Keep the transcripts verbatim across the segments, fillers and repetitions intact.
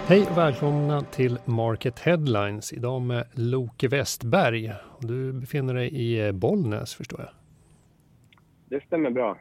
Hej och välkomna till Market Headlines. Idag med Loke Westberg. Du befinner dig i Bollnäs, förstår jag. Det stämmer bra.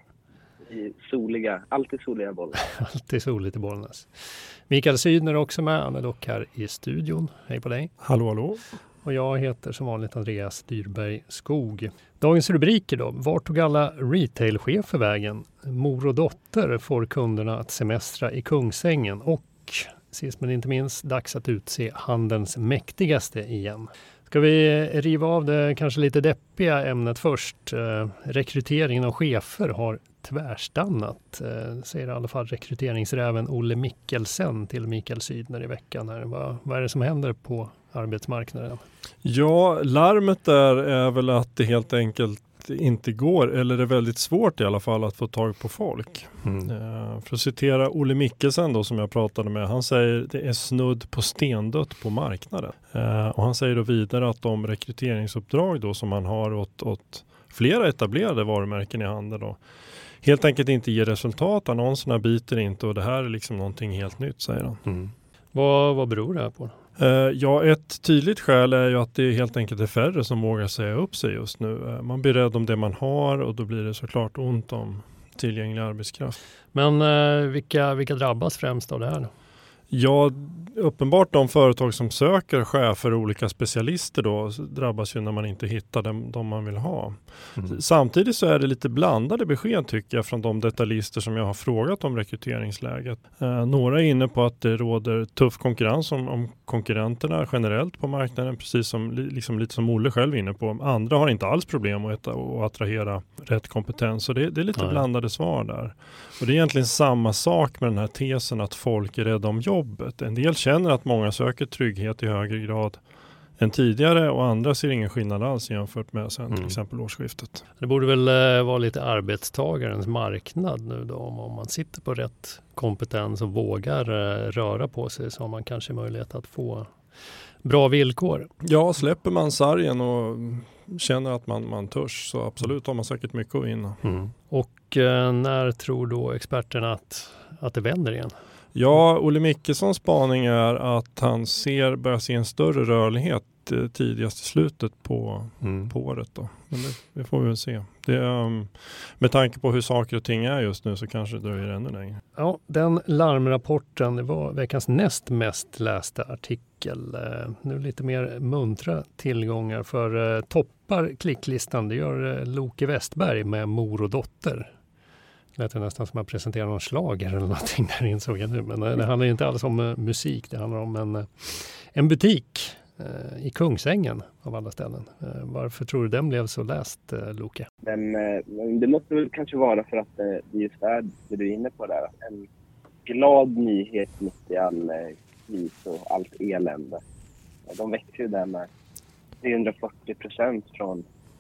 I soliga, alltid soliga Bollnäs. Alltid soligt i Bollnäs. Mikael Sydner är också med. Han är dock här i studion. Hej på dig. Hallå, hallå. Och jag heter som vanligt Andreas Dyrberg Skog. Dagens rubriker då. Var tog alla retailchefer vägen? Mor och dotter får kunderna att semestra i Kungsängen. Och sist men inte minst, dags att utse handelns mäktigaste igen. Ska vi riva av det kanske lite deppiga ämnet först? Eh, rekryteringen av chefer har tvärstannat, eh, säger i alla fall rekryteringsräven Olle Mikkelsen till Mikael Sydner i veckan. Här. Vad, vad är det som händer på arbetsmarknaden? Ja, larmet där är väl att det helt enkelt inte går, eller det är väldigt svårt i alla fall att få tag på folk. Mm. Uh, för att citera Olle Mikkelsen då, som jag pratade med, han säger det är snudd på stendött på marknaden. Uh, och han säger då vidare att de rekryteringsuppdrag då som man har åt, åt flera etablerade varumärken i handeln då helt enkelt inte ger resultat. Annonserna biter inte och det här är liksom någonting helt nytt, säger han. Mm. Vad, vad beror det här på? Uh, ja, ett tydligt skäl är ju att det helt enkelt är färre som vågar säga upp sig just nu. Uh, man blir rädd om det man har och då blir det såklart ont om tillgänglig arbetskraft. Men uh, vilka, vilka drabbas främst av det här då? Ja, uppenbart de företag som söker chefer och olika specialister då drabbas ju när man inte hittar dem, de man vill ha. Mm. Samtidigt så är det lite blandade besked tycker jag från de detaljister som jag har frågat om rekryteringsläget. Eh, några är inne på att det råder tuff konkurrens om, om konkurrenterna generellt på marknaden, precis som liksom lite som Olle själv är inne på. Andra har inte alls problem att, att attrahera rätt kompetens, så det, det är lite Nej. blandade svar där. Och det är egentligen samma sak med den här tesen att folk är rädda om jobbet. En del känner att många söker trygghet i högre grad än tidigare och andra ser ingen skillnad alls jämfört med sen till mm. exempel årsskiftet. Det borde väl eh, vara lite arbetstagarens marknad nu då, om, om man sitter på rätt kompetens och vågar eh, röra på sig, så har man kanske möjlighet att få bra villkor. Ja, släpper man sargen och känner att man, man törs, så absolut har man säkert mycket att vinna. Mm. Och eh, när tror då experterna att, att det vänder igen? Ja, Olle Mickelsons spaning är att han ser, börjar se en större rörlighet eh, tidigast i slutet på, mm. på året då. Men det, det får vi väl se. Det, um, med tanke på hur saker och ting är just nu så kanske det dröjer ännu längre. Ja, den larmrapporten, det var veckans näst mest lästa artikel. Eh, nu lite mer muntra tillgångar för eh, toppar klicklistan. Det gör eh, Loke Westberg med Mor och dotter. Det lät nästan som att presentera någon slager eller någonting där, insåg jag nu. Men det handlar inte alls om uh, musik, det handlar om en, uh, en butik uh, i Kungsängen av alla ställen. Uh, varför tror du den blev så läst, uh, Loke? Men, uh, det måste väl kanske vara för att uh, det just är det du är inne på där. En glad nyhet mitt i all uh, kris och allt elände. De växer ju där med trehundrafyrtio procent från,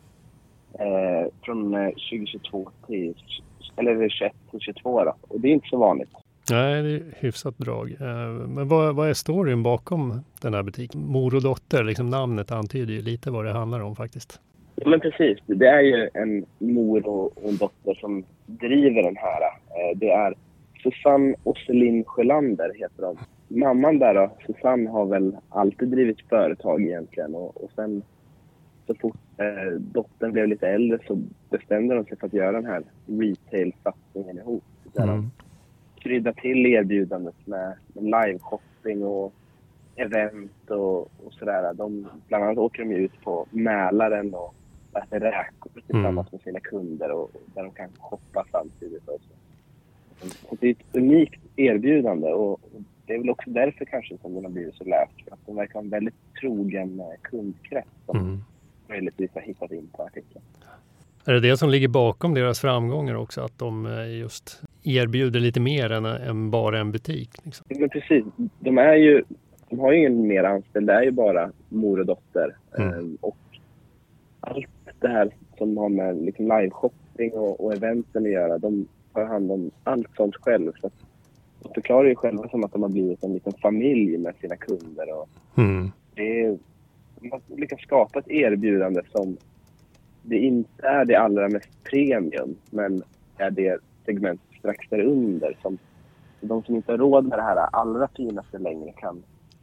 uh, från uh, tjugohundratjugotvå till eller tjugoett till tjugotvå då. Och det är inte så vanligt. Nej, det är hyfsat drag. Men vad, vad är storyn bakom den här butiken? Mor och dotter, liksom namnet antyder ju lite vad det handlar om faktiskt. Ja, men precis. Det är ju en mor och en dotter som driver den här. Det är Susanne och Celine Sjölander heter de. Mamman där då, Susanne, har väl alltid drivit företag egentligen. Och, och sen så fort eh, dottern blev lite äldre så bestämde de sig för att göra den här retail-satsningen ihop. Där mm. de kryddar till erbjudandet med, med live-shopping och event och, och sådär. De, bland annat åker de ut på Mälaren och äter räkor tillsammans mm. med sina kunder och där de kan shoppa samtidigt också. Så det är ett unikt erbjudande och det är väl också därför kanske som de har blivit så läst. För att de verkar ha en väldigt trogen kundkrets som mm. möjligtvis har hittat in på artikeln. Är det det som ligger bakom deras framgångar också? Att de just erbjuder lite mer än, än bara en butik? Liksom? Men precis. De, är ju, de har ju ingen mer anställd. Det är ju bara mor och dotter. Mm. Ehm, och allt det här som har med liksom live-shopping och, och eventen att göra. De tar hand om allt sånt själv. Så de förklarar ju själva som att de har blivit en liten familj med sina kunder. Och mm. det är, de har lyckats skapa ett erbjudande som det inte är det allra mest premium, men är det segment strax där under som de som inte har råd med det här allra finaste längre kan,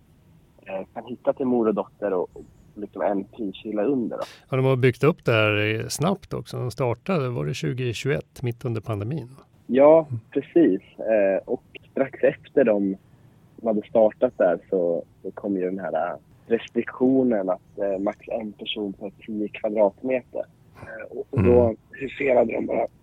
eh, kan hitta till mor och dotter och, och liksom en priskila under. Då. Ja, de har byggt upp det här snabbt också. De startade, var det tjugohundratjugoett, mitt under pandemin? Ja, precis. Eh, och strax efter de hade startat där så, så kom ju den här restriktionen att eh, max en person på tio kvadratmeter. Eh, och, och då mm. huserade de bara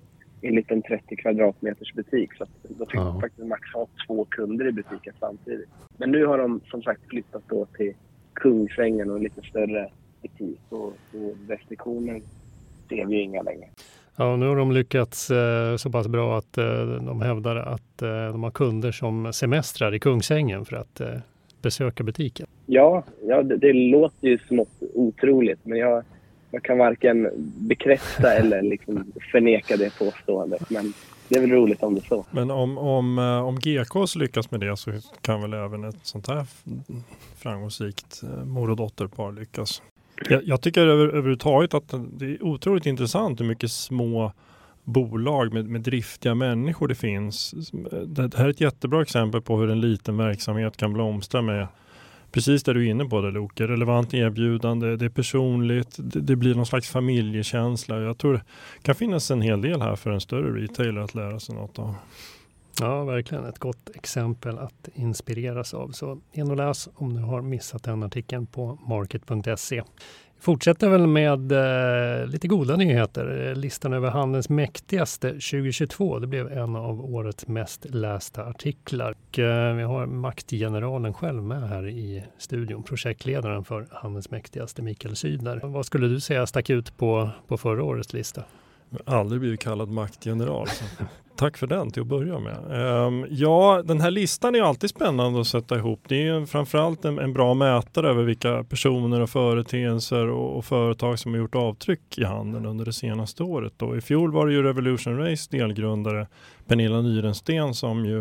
en liten trettio kvadratmeters butik. Så att då fick de faktiskt max ha två kunder i butiken samtidigt. Men nu har de som sagt flyttat då till Kungsängen och en lite större butik. Och, och restriktioner ser vi ju inga längre. Ja, nu har de lyckats eh, så pass bra att eh, de hävdar att eh, de har kunder som semestrar i Kungsängen för att eh, besöka butiken. Ja, ja det, det låter ju smått otroligt, men jag, jag kan varken bekräfta eller liksom förneka det påståendet. Men det är väl roligt om det är så. Men om, om, om G K lyckas med det så kan väl även ett sånt här framgångsrikt mor- och dotterpar lyckas. Jag, jag tycker över, överhuvudtaget att det är otroligt intressant hur mycket små bolag med, med driftiga människor det finns. Det här är ett jättebra exempel på hur en liten verksamhet kan blomstra med precis det du är inne på det, Loke. Relevant erbjudande, det är personligt, det, det blir någon slags familjekänsla. Jag tror det kan finnas en hel del här för en större retailer att lära sig något av. Ja, verkligen ett gott exempel att inspireras av. Så in och läs om du har missat den artikeln på market punkt se. Fortsätter väl med eh, lite goda nyheter. Listan över handelns mäktigaste tjugohundratjugotvå. Det blev en av årets mest lästa artiklar. Och, eh, vi har maktgeneralen själv med här i studion. Projektledaren för handelns mäktigaste, Mikael Sydner. Vad skulle du säga stack ut på, på förra årets lista? Jag har aldrig blivit kallad maktgeneral. Tack för den till att börja med. Um, ja, den här listan är alltid spännande att sätta ihop. Det är framförallt en, en bra mätare över vilka personer och företeelser och, och företag som har gjort avtryck i handeln under det senaste året. Då. I fjol var det ju Revolution Race delgrundare Pernilla Nyrensten som ju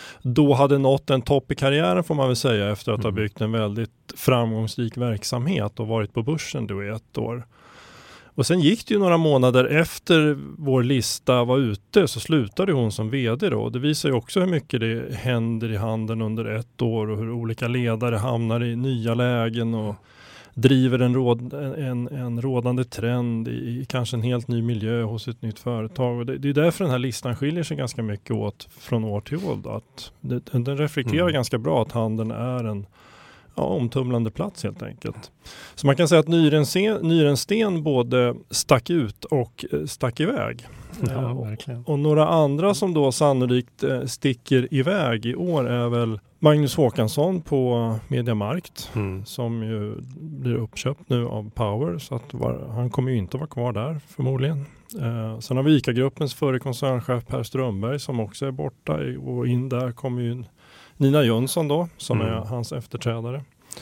då hade nått en topp i karriären får man väl säga efter att mm. ha byggt en väldigt framgångsrik verksamhet och varit på börsen då i ett år. Och sen gick det ju några månader efter vår lista var ute så slutade hon som vd då. Det visar ju också hur mycket det händer i handeln under ett år och hur olika ledare hamnar i nya lägen och driver en, råd, en, en rådande trend i, i kanske en helt ny miljö hos ett nytt företag. Och det, det är därför den här listan skiljer sig ganska mycket åt från år till år. Då. Att det, den reflekterar mm. ganska bra att handeln är en Ja, omtumlande plats helt enkelt. Så man kan säga att Nyrensten, Nyrensten både stack ut och stack iväg. Ja, verkligen. Och några andra som då sannolikt sticker iväg i år är väl Magnus Håkansson på Mediamarkt mm. som ju blir uppköpt nu av Power så att var, han kommer ju inte vara kvar där förmodligen. Eh, sen har vi ICA-gruppens förre koncernchef Per Strömberg som också är borta och in där kommer ju Nina Jönsson då, som mm. är hans efterträdare.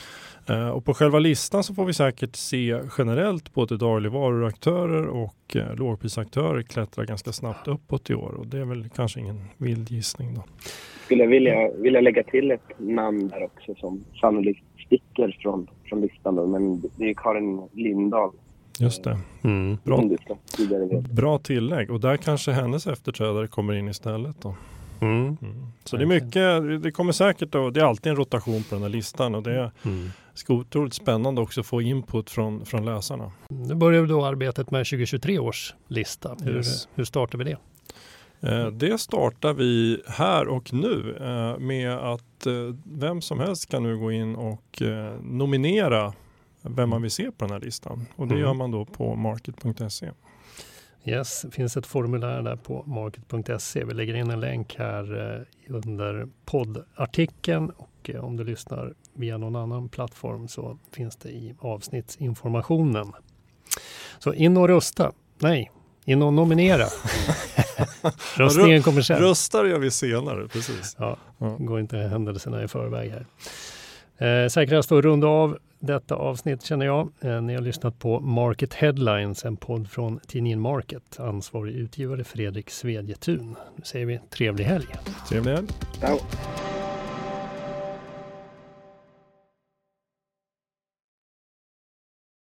Eh, och på själva listan så får vi säkert se generellt både dagligvaruaktörer och eh, lågprisaktörer klättra ganska snabbt uppåt i år. Och det är väl kanske ingen vild gissning då. Skulle jag vilja, vilja lägga till ett namn där också som sannolikt sticker från, från listan då, men det är Karin Lindahl. Just det. Mm. Bra, bra tillägg. Och där kanske hennes efterträdare kommer in istället då. Mm. Mm. Så det är mycket, det kommer säkert då, det är alltid en rotation på den här listan och det är mm. otroligt spännande också att få input från, från läsarna. Nu börjar vi då arbetet med tjugohundratjugotre års lista. Hur, yes. hur startar vi det? Eh, det startar vi här och nu eh, med att eh, vem som helst kan nu gå in och eh, nominera vem man vill se på den här listan. Och det mm. gör man då på market punkt se. Yes, det finns ett formulär där på market punkt se. Vi lägger in en länk här eh, under poddartikeln och eh, om du lyssnar via någon annan plattform så finns det i avsnittsinformationen. Så in och rösta. Nej, in och nominera. Röstningen kommer sen. Röstar gör vi senare, precis. Ja, ja. Går inte händelserna i förväg här. Eh, säkrast att runda av detta avsnitt känner jag. Eh, ni har lyssnat på Market Headlines, en podd från tidningen Market. Ansvarig utgivare Fredrik Svedjetun. Nu säger vi trevlig helg. Trevlig helg. Ja.